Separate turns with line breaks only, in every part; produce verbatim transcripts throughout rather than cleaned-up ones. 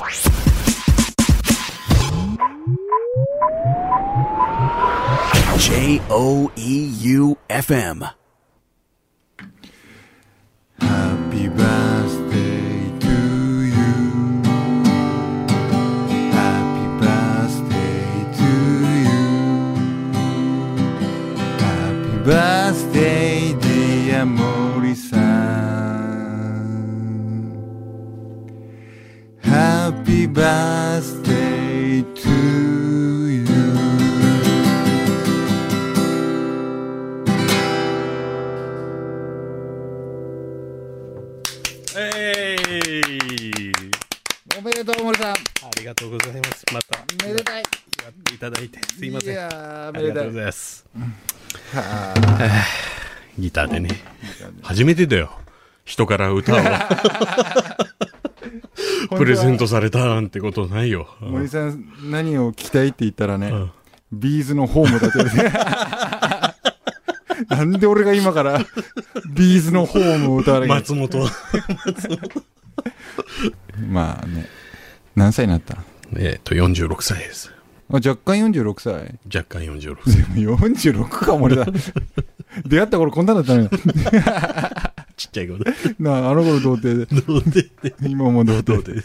ジェイオーイーユーエフエム
Happy birthday to you Happy birthday to you Happy birthday dear 森さん Happy birthday to youおめでとう森さん。
ありがとうございます。また
めでたい。
やっていただいてすいません。
いや
あ
ーめでたい。
りがとうございます。
は
ギターでね、初めてだよ。人から歌をプレゼントされたなんてことないよ。
森さん何を聞きたいって言ったらね、
うん、
ビーズのホームだって言われてなんで俺が今からビーズのホームを歌わなきゃ
松本松本
まあね、何歳になった？
えっとよんじゅうろくさいです。
あ、若干よんじゅうろくさい。
若干よんじゅうろくさい。
よんじゅうろくか森さん。出会った頃こんなだったのよ。
ちっちゃい頃
なあ、あの頃童貞で。
童貞で。
今も童貞で。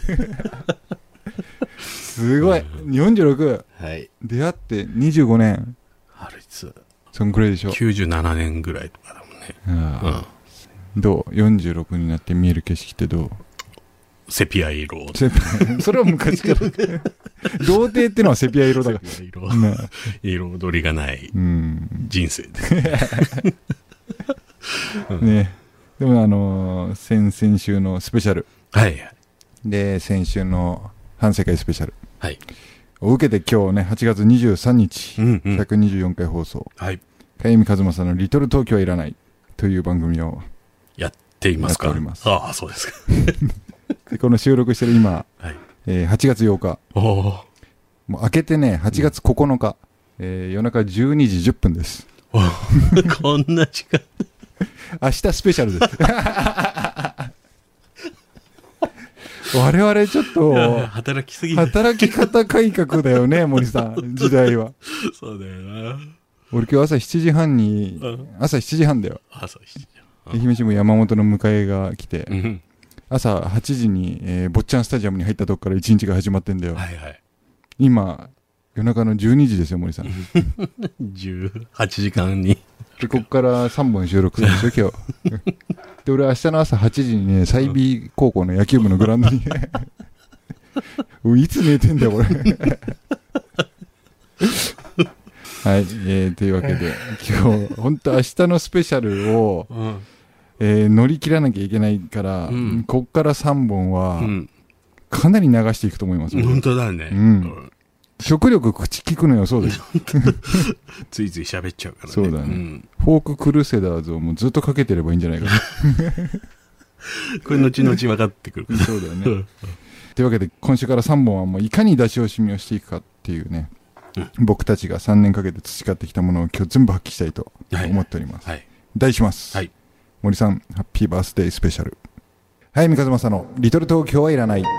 すごい。よんじゅうろく。
はい。
出会ってにじゅうごねん。
あれいつ
そんくらいでしょ。
きゅうじゅうななねんぐらいとかだもんね。
ああ、うん、どう ?よんじゅうろく になって見える景色ってどう？
セピア色。
それは昔から。童貞ってのはセピア色だから。
セピア色。彩りがない人生で。
ね。でもあのー、先々週のスペシャル。
はい。
で、先週の反世界スペシャル。
はい。
を受けて今日ね、はちがつにじゅうさんにち、
うんうん、
ひゃくにじゅうよんかい放送。
はい。
かゆみかずまさんのリトル東京はいらないという番組を
やっていますか？
やっております。
ああ、そうですか。
でこの収録してる今、
はい、
えー、はちがつようか。
お
もう明けてね、はちがつここのか、うん、えー、夜中じゅうにじじゅっぷんです。
こんな時間。
明日スペシャルです。我々ちょっと
働きすぎ
働き方改革だよね、森さん、時代は。
そうだよな。
俺今日朝しちじはんに、うん、朝しちじはんだよ。
朝しちじはん。
愛媛新聞山本の迎えが来て、
うん、
朝はちじに、えー、坊ちゃんスタジアムに入ったとこから一日が始まってんだよ。
はいはい。
今、夜中のじゅうにじですよ、森さん。
じゅうはちじかんに。
で、こっからさんぼん収録するんですよ、今日。で、俺明日の朝はちじにね、済美高校の野球部のグラウンドに、いつ寝てんだよ、これ。はい、えー、というわけで、今日、本当明日のスペシャルを、うんえー、乗り切らなきゃいけないから、うん、こっからさんぼんは、うん、かなり流していくと思います。
本当だね。
うん。食欲口聞くのよ、そうです。
ついつい喋っちゃうからね。
そうだね、うん。フォーククルセダーズをもうずっとかけてればいいんじゃないかな。
これ後々分かってくるから。
そうだよね。というわけで、今週からさんぼんはもういかに出し惜しみをしていくかっていうね、うん、僕たちがさんねんかけて培ってきたものを今日全部発揮したいと思っております。はい。題します。はい。森さん、ハッピーバースデースペシャル。はい、三風正のリトル東京はいらない。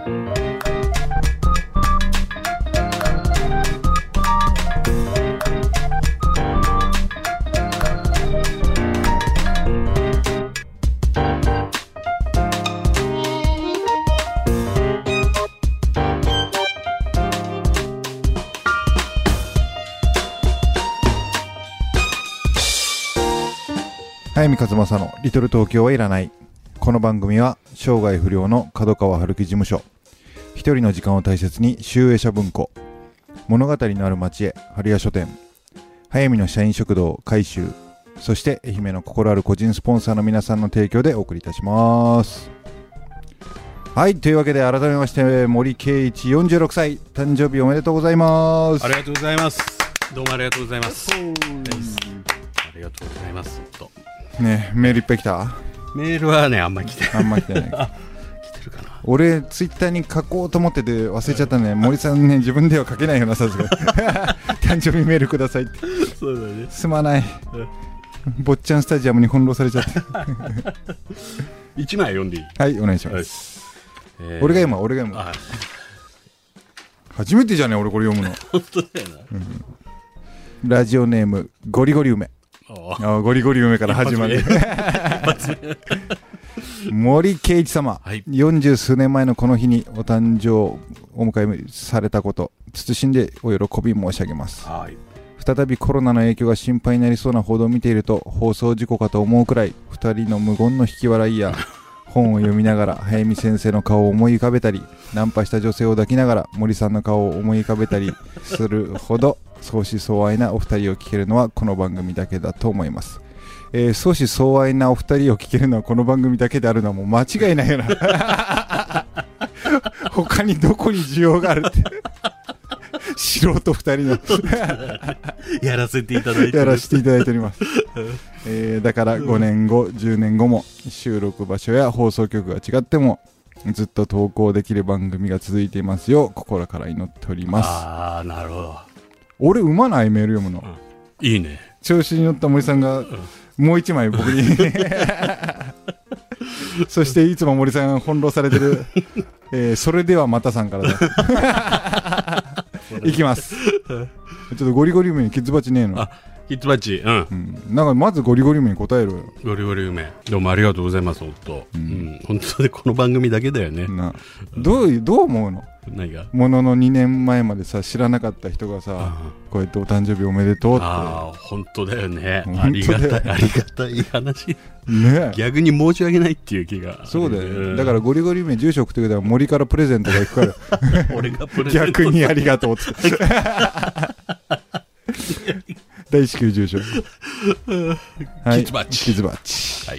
早見和正のリトル東京はいらない。この番組は生涯不良の角川春樹事務所、一人の時間を大切に集英社文庫、物語のある町へ春屋書店、早見の社員食堂改修、そして愛媛の心ある個人スポンサーの皆さんの提供でお送りいたします。はい、というわけで改めまして森圭一よんじゅうろくさい誕生日おめでとうございます。
ありがとうございます。どうもありがとうございます。ありがとうございますと
ね、メールいっぱい来た？
メールはね、あんまり来てない。
あんまり来てない。
あ、来てるかな。
俺、ツイッターに書こうと思ってて忘れちゃったね。森さんね、自分では書けないよな、さすが。誕生日メールくださいって。
そうだね。
すまない。坊ちゃんスタジアムに翻弄されちゃって。
一枚読んでいい？
はい、お願いします。
えー、
俺が読むわ俺が読むわ初めてじゃね俺これ読むの
本当だよな、
うん、ラジオネームゴリゴリ梅あゴリゴリ梅から始まる森圭一様、はい、よんじゅう数年前のこの日にお誕生をお迎えされたこと謹んでお喜び申し上げます、はい、再びコロナの影響が心配になりそうな報道を見ていると放送事故かと思うくらいふたりの無言の引き笑いや本を読みながら早見先生の顔を思い浮かべたりナンパした女性を抱きながら森さんの顔を思い浮かべたりするほど相思相愛なお二人を聞けるのはこの番組だけだと思います、えー、相思相愛なお二人を聞けるのはこの番組だけであるのはもう間違いないよな他にどこに需要があるって素人二人の
やらせていただいて
やらせていただいております、えー、だからごねんごじゅうねんごも収録場所や放送局が違ってもずっと投稿できる番組が続いていますよう心から祈っております。
ああなるほど。
俺読まないメール読むの、
うん、いいね。
調子に乗った森さんが、うん、もう一枚僕にそしていつも森さんが翻弄されてる、えー、それではまたさんからだいきますちょっとゴリゴリ梅にキッズバッチねえの。
あキッズバッチ、うん、
うん、なんかまずゴリゴリ梅に答えろよ。
ゴリゴリ梅どうもありがとうございます。本当、うんうん、本当でこの番組だけだよね。な
どういうどう思うの。
何が
もののにねんまえまでさ知らなかった人がさこうやってお誕生日おめでとうって。
ああ本当だよね。ありがたいありがたい話ね。逆に申し訳ないっていう気が。
そうだよ、うん、だからゴリゴリ梅住所送ってくれたら森からプレゼントが行くから
俺がプレゼント
逆にありがとうって大至急住所
はい、キズバッチ
キズバッチ、はい、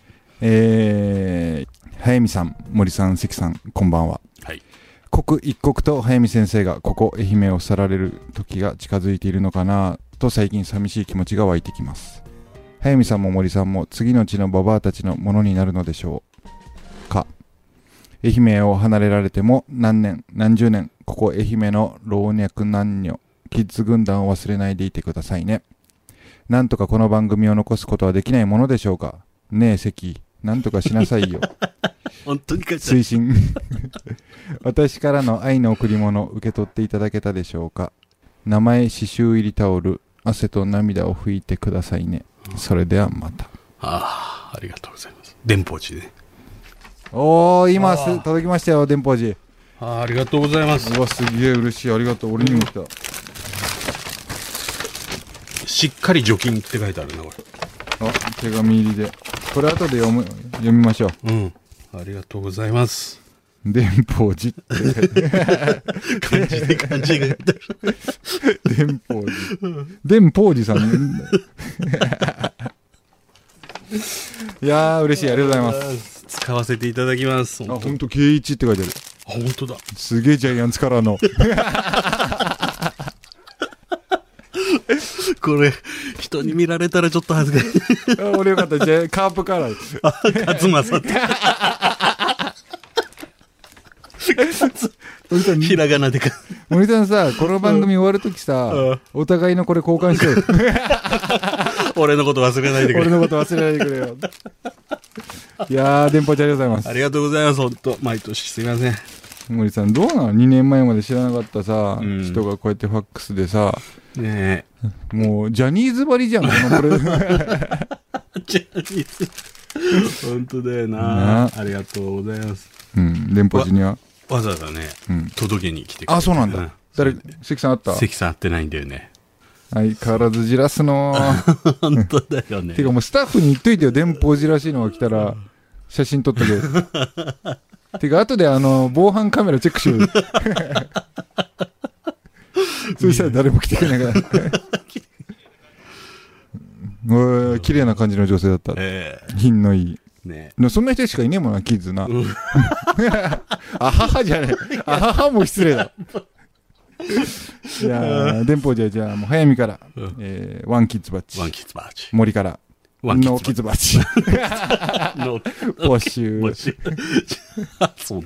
えー、早見さん森さん関さんこんばんは。はい、刻一刻と早見先生がここ愛媛を去られる時が近づいているのかなと最近寂しい気持ちが湧いてきます。早見さんも森さんも次の地のババアたちのものになるのでしょうか。愛媛を離れられても何年何十年ここ愛媛の老若男女キッズ軍団を忘れないでいてくださいね。なんとかこの番組を残すことはできないものでしょうかねえ関なんとかしなさいよ
本当にか
推進私からの愛の贈り物受け取っていただけたでしょうか。名前刺繍入りタオル汗と涙を拭いてくださいね。それではまた。
ああありがとうございます。電報寺ね。
おー今す届きましたよ電報寺。
あありがとうございます。
うわすげえ嬉しいありがとう。俺にも来た、うん、
しっかり除菌って書いてあるなこれ。
あ手紙入りでこれ後で読む読みましょう。
うんありがとうございます。
電報寺って
漢字で漢字が言ってる
電報寺電報寺さんいやー嬉しいありがとうございます。
使わせていただきます。
あほんと圭一って書いてある。
あ本当だ
すげえジャイアンツカラーの
これ人に見られたらちょっと恥ずかしい
俺よかったじゃカープカラー
あ勝正ってひらがなでか
森さんさこの番組終わるときさ、うん、お互いのこれ交換しよう
俺のこと忘れないでくれ
俺のこと忘れないでくれよいやー電報ちゃんありがとうございます。
ありがとうございます。本当毎年すいません。
森さんどうなのにねんまえまで知らなかったさ、うん、人がこうやってファックスでさ
ね
えもうジャニーズ張りじゃんこのこれジ
ャニーズ本当だよな。ありがとうございます。
うん電報寺には
わ, わざわざね、うん、届けに来てくれて。
あそうなんだ、うん、誰関さんあった。
関さん会ってないんだよね。
相変わらずじらすの
本当だよね。
てかもうスタッフに言っといてよ電報寺らしいのが来たら写真撮っとけてか後であの防犯カメラチェックしようそしたら誰も来てくれないから綺麗な感じの女性だった、えー、品のいいね、そんな人しかいねえもんなキッズな、うん、あははじゃねえあははも失礼だいや電報じゃじゃあもう早見から、うんえー、ワンキッズバッチ
ワンキッズバッチ
森から
ノ
ーキッズバッチ募集募集
そうね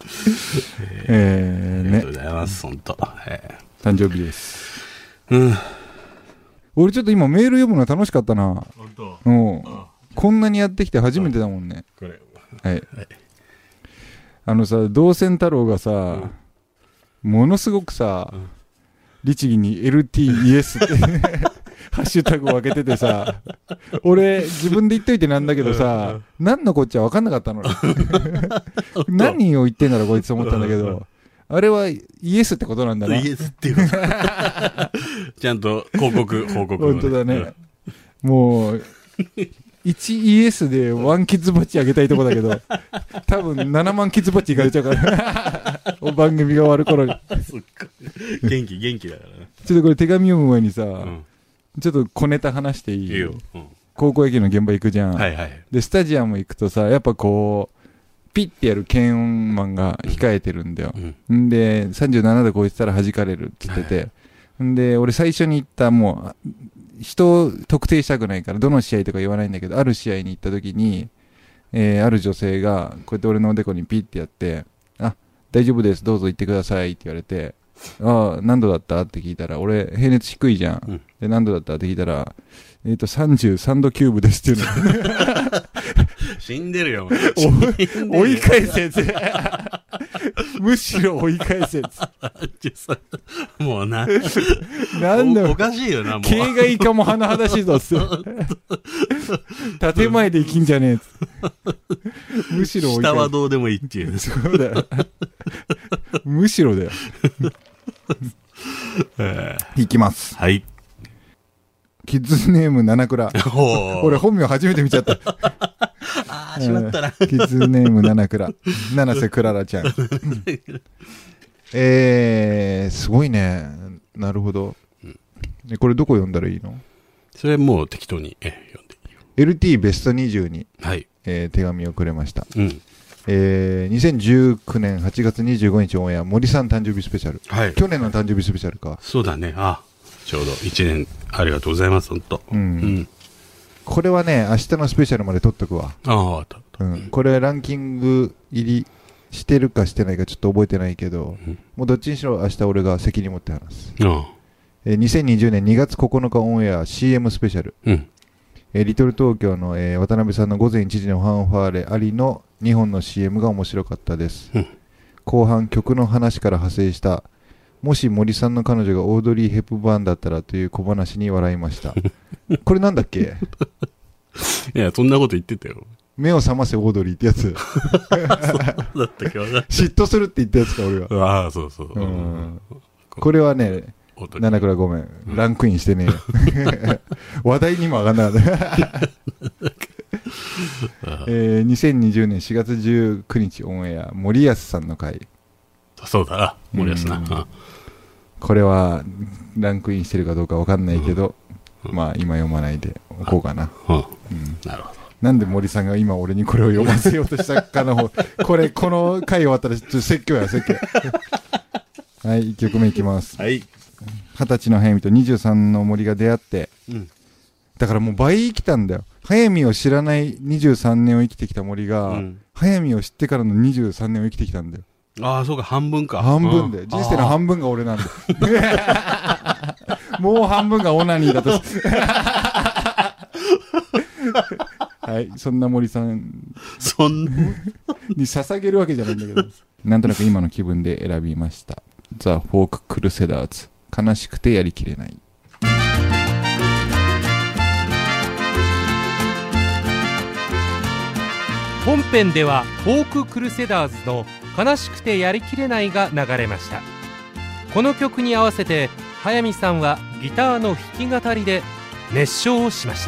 えー、ね
ありがとうございます本当、え
ー、誕生日です。うん俺ちょっと今メール読むの楽しかったな。本当うんこんなにやってきて初めてだもんね。これ、はい。はい、 あのさ、道仙太郎がさ、うん、ものすごくさ、うん、律儀に エルティーイエス ってハッシュタグを開けててさ、俺自分で言っといてなんだけどさ、何のこっちゃ分かんなかったの何を言ってんだろこいつと思ったんだけど、あれはイエスってことなんだね。
イエスっていうことちゃんと広告報告、
ね、本当だね、うん、もういちイエスでワンキッズバッジあげたいとこだけど多分ななまんキッズバッジいかれちゃうから番組が終わる頃に
そっか元気元気だからね。
ちょっとこれ手紙読む前にさ、うん、ちょっと小ネタ話していい？
いいよ、うん、
高校野球の現場行くじゃん、
はいはい、
でスタジアム行くとさ、やっぱこうピッてやる検温マンが控えてるんだよ、うん、でさんじゅうななど超えてたら弾かれるって言ってて、はい、で俺最初に行ったもう人を特定したくないからどの試合とか言わないんだけど、ある試合に行った時に、えー、ある女性がこうやって俺のおでこにピッてやって、あ、大丈夫ですどうぞ行ってくださいって言われて、ああ何度だったって聞いたら、俺平熱低いじゃん、うん、で何度だったって聞いたら、えーとさんじゅうさんどキューブですっていうの
死んでるよ
追い返せってむしろ追い返せって
もうな
なんだ
お, おかしいよな、もう
形がいかも甚だしいぞっつって建前で生きんじゃねえっつってむしろ追い返せ、
下はどうでもいいっていう
そうだよむしろだよいきます。
はい。
キッズネーム七倉。俺本名初めて見ちゃった
ああしまったな、
キッズネーム七倉、七瀬クララちゃんえー、すごいね。なるほど、うん、これどこ読んだらいいの？
それもう適当にえ読んでいいよ。
エルティー ベストにじゅうに、
はい
えー、手紙をくれました、
うん、
えー、にせんじゅうきゅうねんはちがつにじゅうごにちオンエア森さん誕生日スペシャル、
はい、
去年の誕生日スペシャルか。
そうだね、あちょうどいちねんありがとうございます本当、うんうん、
これはね明日のスペシャルまで撮っとくわ。
ああ、
うん、これランキング入りしてるかしてないかちょっと覚えてないけど、うん、もうどっちにしろ明日俺が責任持って話す。ああ、えー、にせんにじゅうねんにがつここのかオンエア シーエム スペシャル、うん、えー、リトル東京の、えー、渡辺さんの午前いちじのファンファーレありのにほんの シーエム が面白かったです、うん、後半曲の話から派生したもし森さんの彼女がオードリー・ヘプバーンだったらという小話に笑いましたこれなんだっけ
いやそんなこと言ってたよ。
目を覚ませオードリーってやつそう
だったっけ
嫉妬するって言ったやつか俺は。
ああそうそう、うん、
これはね七倉ごめん、うん、ランクインしてね話題にも上がんなかったえー、にせんにじゅうねんしがつじゅうくにちオンエア森保さんの回。
そうだ森保な、うん、
これはランクインしてるかどうか分かんないけど、うん、まあ今読まないでおこうかな、うんうん、
なるほど。
なんで森さんが今俺にこれを読ませようとしたかの方これこの回終わったらちょっと説教や説教はい、いっきょくめいきます。
はい、
はたちの早見とにじゅうさんの森が出会って、うん、だからもう倍生きたんだよ。早見を知らないにじゅうさんねんを生きてきた森が、うん、早見を知ってからのにじゅうさんねんを生きてきたんだよ。
ああそうか、半分か。
半分で、うん、人生の半分が俺なんだもう半分がオナニーだとはい、そんな森さん
そんな
に捧げるわけじゃないんだけどなんとなく今の気分で選びました。ザ・フォーク・クルセダーズ、悲しくてやりきれない。
本編ではフォーク・クルセダーズの悲しくてやりきれないが流れました。この曲に合わせて早見さんはギターの弾き語りで熱唱をしました。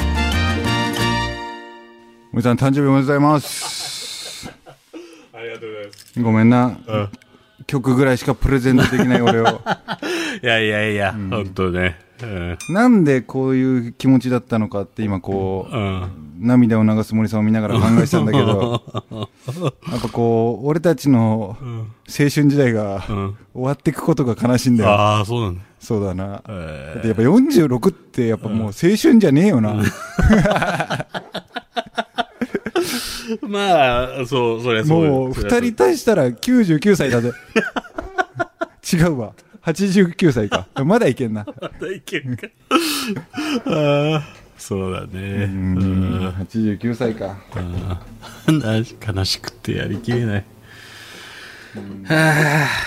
森さん誕生日おめでとうございます
ありがとうございます。
ごめんな、うん、曲ぐらいしかプレゼントできない俺を
いやいやいや、うん、本当ね、うん、
なんでこういう気持ちだったのかって今こう、うん、涙を流す森さんを見ながら考えてたんだけどやっぱこう俺たちの青春時代が終わっていくことが悲しいんだよ。
ああそうなんだ。
そうだな、えー、だってやっぱよんじゅうろくってやっぱもう青春じゃねえよな、うん
まあそうそりゃそう。
もうふたり足したらきゅうじゅうきゅうさいだぜ違うわはちじゅうきゅうさいかまだいけんな
まだいけんかああそうだね、うん、
はちじゅうきゅうさいか。
あ悲しくてやりきれない。 は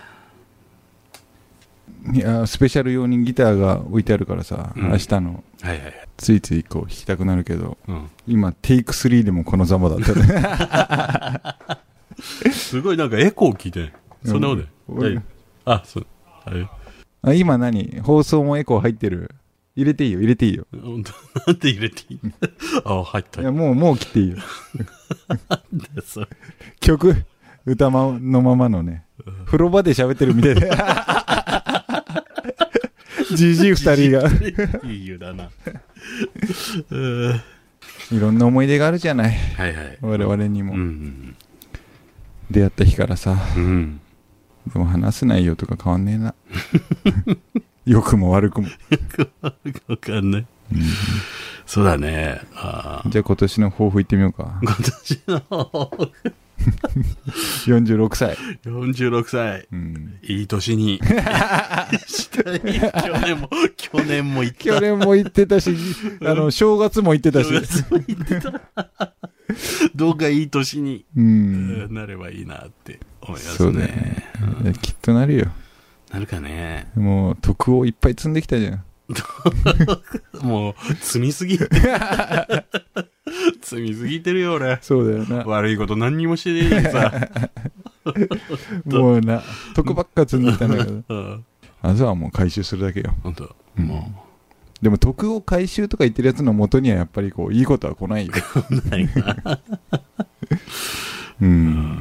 いやスペシャル用にギターが置いてあるからさ、うん、明日の、はいはいはい、ついついこう弾きたくなるけど、うん、今テイクスリーでもこのざまだったね
すごいなんかエコー聞いてそんなことない、うん、あそう、はい、
あ今何放送もエコー入ってる入れていいよ入れていいよ
なんで入れていいあ入った、
いやもうもう切っていいよ
なんでそれ
曲歌のままのね、うん、風呂場で喋ってるみたいでじじい二人が
いい湯だな
いろんな思い出があるじゃない、
はいはい、
我々にも、
うんうん、
出会った日からさ、
うん、
でも話す内容とか変わんねえな良くも悪くも
分かんない、うん、そうだねあ
じゃあ今年の抱負いってみようか
今年の抱負
よんじゅうろくさい
よんじゅうろくさい、うん、いい年にしたい去年も去年も行った
去年も行ってたしあの正月も行ってたし
どうかいい年に、うん、なればいいなって思いますね。そうね、
うん、きっとなるよ。
なるかね。
もう徳をいっぱい積んできたじゃん
もう積みすぎて積みすぎてるよ俺。
そうだよな。
悪いこと何にもしてねえさ
もうな徳ばっか積んできたんだけど、うん、あとはもう回収するだけよ。
本当、
うん、もうでも徳を回収とか言ってるやつの元にはやっぱりこういいことは来ないよ
来ないな
うん、うん、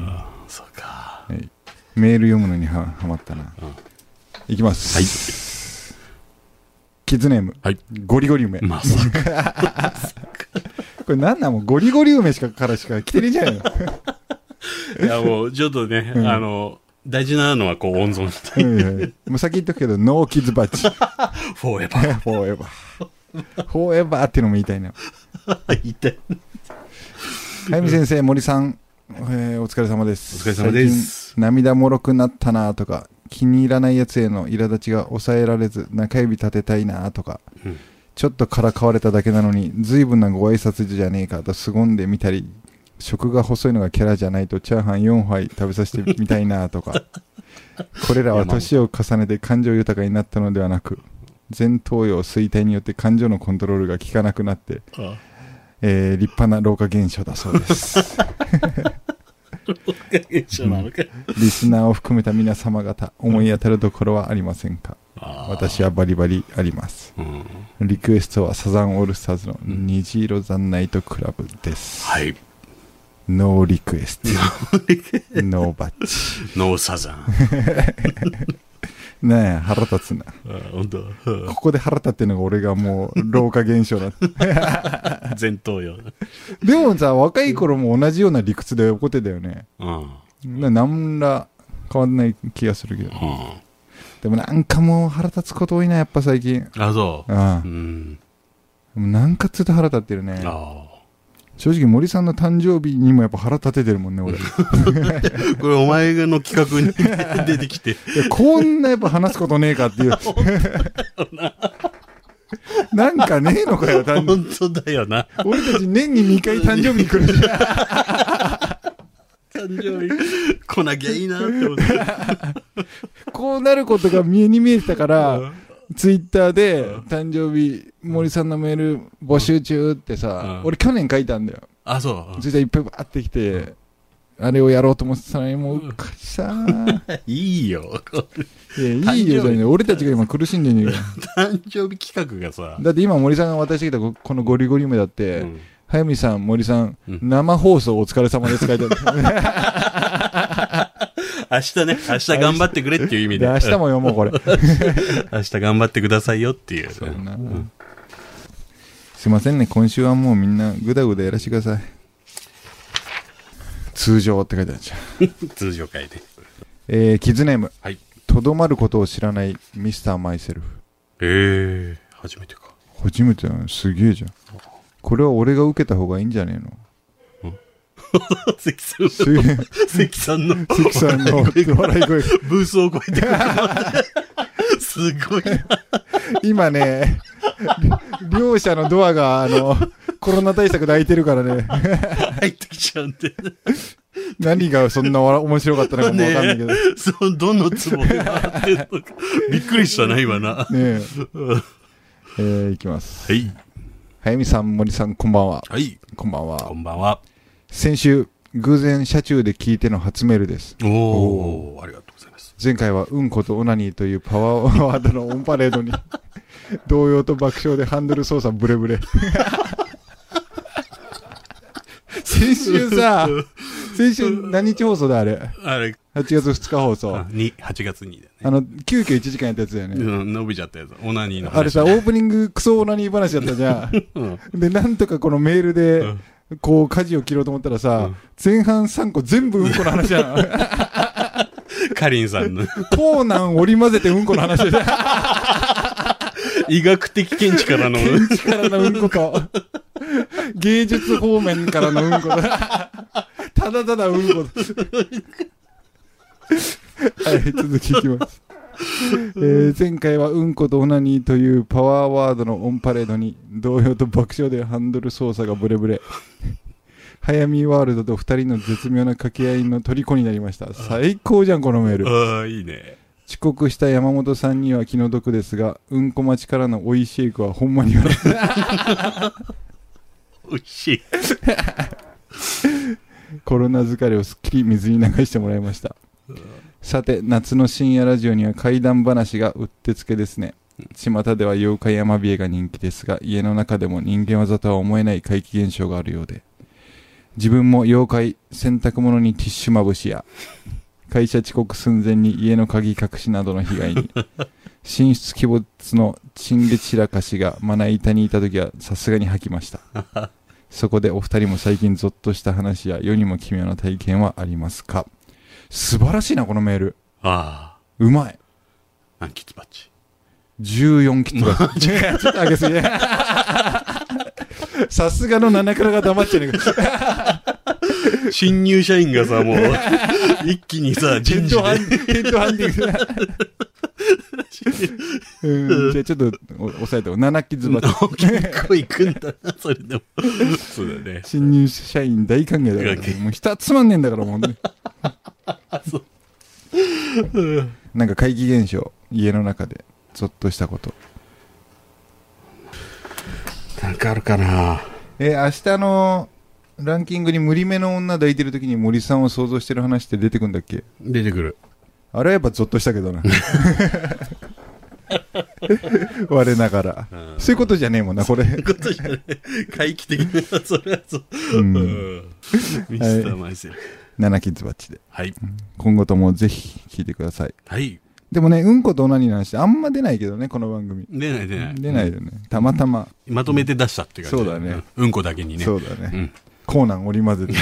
そうか、
はい、メール読むのに は, はまったな、うん、いきます。
はい
キッズネーム、
はい、
ゴリゴリ梅。
まさか
これなんなんもうゴリゴリ梅しかからしか来てねえじゃないの
いやもうちょっとね、うん、あの大事なのはこう温存したい、
はいはい、もう先言っとくけどノーキッズバッジ
フォーエバー
フォーエバーフォーエバーっていうのも言いたいな
言いたい
早見先生森さん、えー、お疲れ様です。
お疲れ様です。
最近涙もろくなったなとか気に入らないやつへの苛立ちが抑えられず中指立てたいなとか、うん、ちょっとからかわれただけなのに随分なご挨拶じゃねえかと凄んでみたり、食が細いのがキャラじゃないとチャーハンよんはい食べさせてみたいなとかこれらは年を重ねて感情豊かになったのではなく前頭葉衰退によって感情のコントロールが効かなくなって、ああえー、立派な老化現象だそうです
老化現象なのか、
うん、リスナーを含めた皆様方思い当たるところはありませんか。私はバリバリあります、うん、リクエストはサザンオールスターズの虹色ザンナイトクラブです、
はい。
ノーリクエストノーバッチ
ノーサザン
ねえ腹立つな。
本当
ここで腹立ってるのが俺がもう老化現象だ
前頭葉
でもさ若い頃も同じような理屈で怒ってたよね、うん、な何ら変わんない気がするけど、うん、でもなんかもう腹立つこと多いなやっぱ最近。
あそうああ、うん、
でもなんかつうと腹立ってるね。
あ
正直森さんの誕生日にもやっぱ腹立ててるもんね俺
これお前の企画に出てきて
こんなやっぱ話すことねえかっていうなんかねえのかよ誕生日。
本当だよな。
俺たち年ににかい誕生日に来るじゃん
誕生日来なきゃいいなって思って
こうなることが見えに見えてたからツイッターで誕生日森さんのメール募集中ってさ、うん、俺去年書いたんだよ。
あそう
ツイッターいっぱいバーってきて、うん、あれをやろうと思ってたのにもううっかりさ
いいよ
いやいいよじゃねえ俺たちが今苦しんでんね
え誕生日企画がさ
だって今森さんが渡してきたこのゴリゴリ梅だって、うん、早見さん森さん、うん、生放送お疲れ様です書いてある
明日ね明日頑張ってくれっていう意味で
明日も読もうこれ
明日頑張ってくださいよっていう。そうな、うん、
すいませんね今週はもうみんなグダグダやらしてください。通常って書いてあるじゃん
通常会で、
えー、キッズネーム
はい
とどまることを知らないミスターマイセルフ。
えー、初めてか。
初めてだねすげえじゃん。これは俺が受けた方がいいんじゃねえの
関さんの関さんの
関さんの笑い声
ブースを超えてくるすごいな
今ね両者のドアがあのコロナ対策で開いてるからね
入ってきちゃうんで
何がそんな面白かったのかもわかんないけど。ね、
そう、どのツボで笑ってんのか。びっくりしたな、今な。ねえ。
えー、いきます。
はい。
早見さん、森さん、こんばんは。
はい。
こんばんは。
こんばんは。
先週、偶然車中で聞いての初メールです。
おお、ありがとうございます。
前回はうんことオナニーというパワーワードのオンパレードに動揺と爆笑でハンドル操作ブレブレ。先週さ、先週何日放送だあれ。
あれ。
はちがつふつか放送。
に、はちがつにだね。
あの、急遽いちじかんやったやつだよね。
うん、伸びちゃったやつ。オナニーの話。
あれさ、オープニングクソオナニー話だったじゃん。うん、で、なんとかこのメールで、うんこう、舵を切ろうと思ったらさ、うん、前半さんこ全部うんこの話じゃん。
かりんさんの。
コーナン織り交ぜてうんこの話じゃん。
医学的見地からの。
見地からのうんこと、芸術方面からのうんこと。ただただうんこと。はい、続きいきます。えー、前回はうんことオナニーというパワーワードのオンパレードに同様と爆笑でハンドル操作がブレブレ。早見ワールドと二人の絶妙な掛け合いの虜になりました。最高じゃんこのメール。
ああいいね。
遅刻した山本さんには気の毒ですが、うんこ待ちからのおいシェイクはほんまに笑った。
おいしい。
コロナ疲れをすっきり水に流してもらいました。さて、夏の深夜ラジオには怪談話がうってつけですね。巷では妖怪山冷えが人気ですが、家の中でも人間技とは思えない怪奇現象があるようで、自分も妖怪洗濯物にティッシュまぶしや会社遅刻寸前に家の鍵隠しなどの被害に寝室鬼没の陳列散らかしがまな板にいた時はさすがに吐きました。そこでお二人も最近ゾッとした話や世にも奇妙な体験はありますか？素晴らしいなこのメール。
ああ
うまい。
何キツバッチ
じゅうよんキツバッチちょっと上げすぎさすがの七倉が黙っちゃうね。
新入社員がさもう一気にさ人事で
ヘッドハンディングうん、じゃあちょっと押さえてななキツバッチ
結構いくんだなそれでもそうだね。
新入社員大歓迎だから、ね、もう人つまんねえんだからもうね
そう
なんか怪奇現象家の中でゾッとしたこと
なんかあるかな。
えー、明日のランキングに無理めの女抱いてる時に森さんを想像してる話って出てくんだっけ？
出てくる。
あれはやっぱゾッとしたけどな我ながら、うん、そういうことじゃねえもんなこれ。そういう
ことじゃねえ。怪奇的なそれはそう、うん、ミスターマイセル
ななキッズバッチで、
はい、
今後ともぜひ聞いてください。
はい。
でもね、うんことオナニーの話あんま出ないけどねこの番組。
出ない出ない
出ないよね。たまたま
まとめて出したって感じ。
そうだね。
うんこだけにね。
そうだね。うん、コーナン織り交ぜて。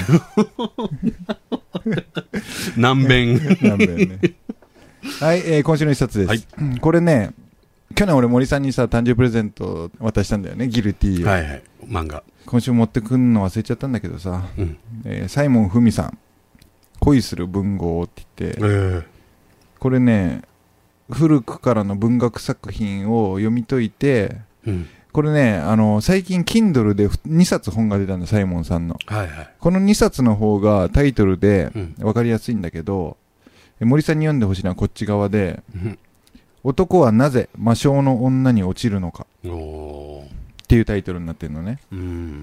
何遍
何遍ね。はい、えー、今週の一冊です、はい、これね去年俺森さんにさ誕生日プレゼント渡したんだよね。ギルティー。
はいはい漫画
今週持ってくんの忘れちゃったんだけどさ、うんえー、サイモン・フミさん恋する文豪って言って、えー、これね古くからの文学作品を読み解いて、うん、これねあの最近 Kindle でにさつ本が出たんだサイモンさんの、はいはい、このにさつの方がタイトルで分かりやすいんだけど、うん、森さんに読んでほしいのはこっち側で、うん、男はなぜ魔性の女に落ちるのかっていうタイトルになってるのね、うん、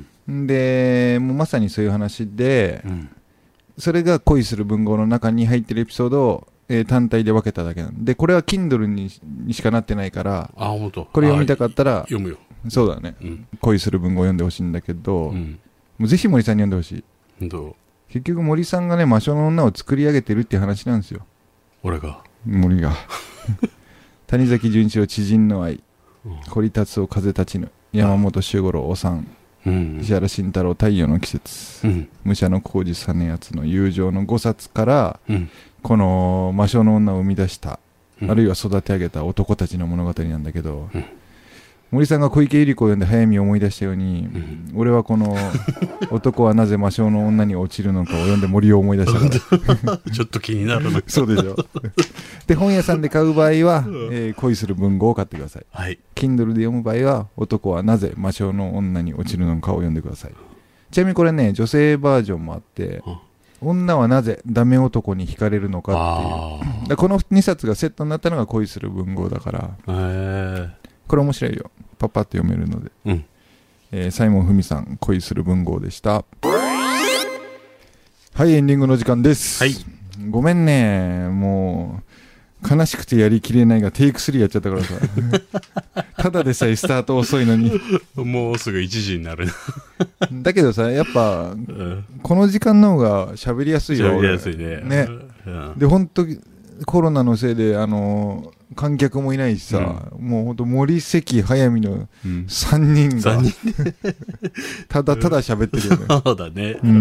でもうまさにそういう話で、うん、それが恋する文豪の中に入ってるエピソードをえー、単体で分けただけなんでこれは Kindle に, にしかなってないから
あ本当
これ読みたかったら
読むよ。
そうだね、うん、恋する文豪を読んでほしいんだけど、うん、もうぜひ森さんに読んでほしい。どう結局森さんがね魔性の女を作り上げてるっていう話なんですよ。
俺が
森が谷崎潤一郎知人の愛、うん、堀達夫風立ちぬ山本周五郎お産、うん、石原慎太郎太陽の季節、うん、武者の浩二実篤の友情のごさつから、うんこの魔性の女を生み出した、うん、あるいは育て上げた男たちの物語なんだけど、うん、森さんが小池百合子を読んで早見を思い出したように、うん、俺はこの男はなぜ魔性の女に落ちるのかを読んで森を思い出したから
ちょっと気になるな
そうでしょで本屋さんで買う場合は、えー、恋する文豪を買ってください、はい、Kindle で読む場合は男はなぜ魔性の女に落ちるのかを読んでください。ちなみにこれね女性バージョンもあって、うん女はなぜダメ男に惹かれるのかっていう。だこのにさつがセットになったのが恋する文豪だから、
えー、
これ面白いよ。パッパって読めるので、
うん
えー、サイモン文さん恋する文豪でした。はい、エンディングの時間です。
はい、
ごめんね、もう悲しくてやりきれないがテイクスリーやっちゃったからさただでさえスタート遅いのに
もうすぐいちじになる
だけどさ、やっぱ、うん、この時間の方が喋りやすいよ。
喋りやすいね。
ね、うん、で本当コロナのせいであのー観客もいないしさ、うん、もうほんと森関速水のさんにんが、うん、ただただ喋ってるよね。
そうだね、
うん、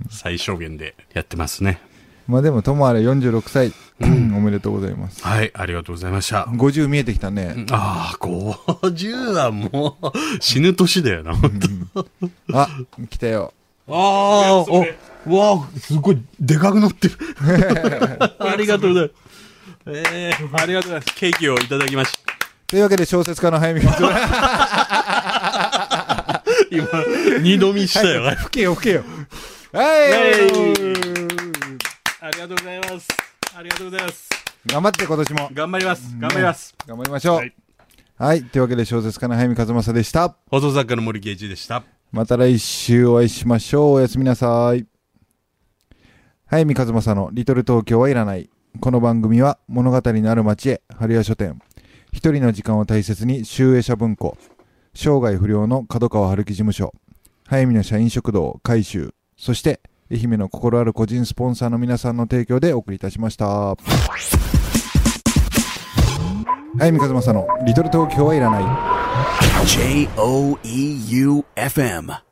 最小限でやってますね。
まあでもともあれよんじゅうろくさい、うん、おめでとうございます。
はい、ありがとうございました。
ごじゅう見えてきたね。
ああ、ごじゅうはもう死ぬ年だよな、本当、
うん、あ、来たよ。
ああ、お、わあ、すごいでかくなってるありがとうございます。えー、ありがとうございます。ケーキをいただきました。
というわけで小説家の早見勝
今二度見したよ。
はい、吹けよ吹けよ。はい、
ありがとうございます。ありがとうございます。
頑張って今年も
頑張ります。頑張ります。
頑張りましょう。はい、はい、というわけで小説家の早見和正でした。
放送作家の森圭一でした。
また来週お会いしましょう。おやすみなさい。早見和正のリトル東京はいらない。この番組は物語のある町へ春屋書店、一人の時間を大切に集英社文庫、生涯不良の角川春樹事務所、早見の社員食堂改修、そして愛媛の心ある個人スポンサーの皆さんの提供でお送りいたしました。早見和正のリトル東京はいらない。
ジェイオーイーユーエフエム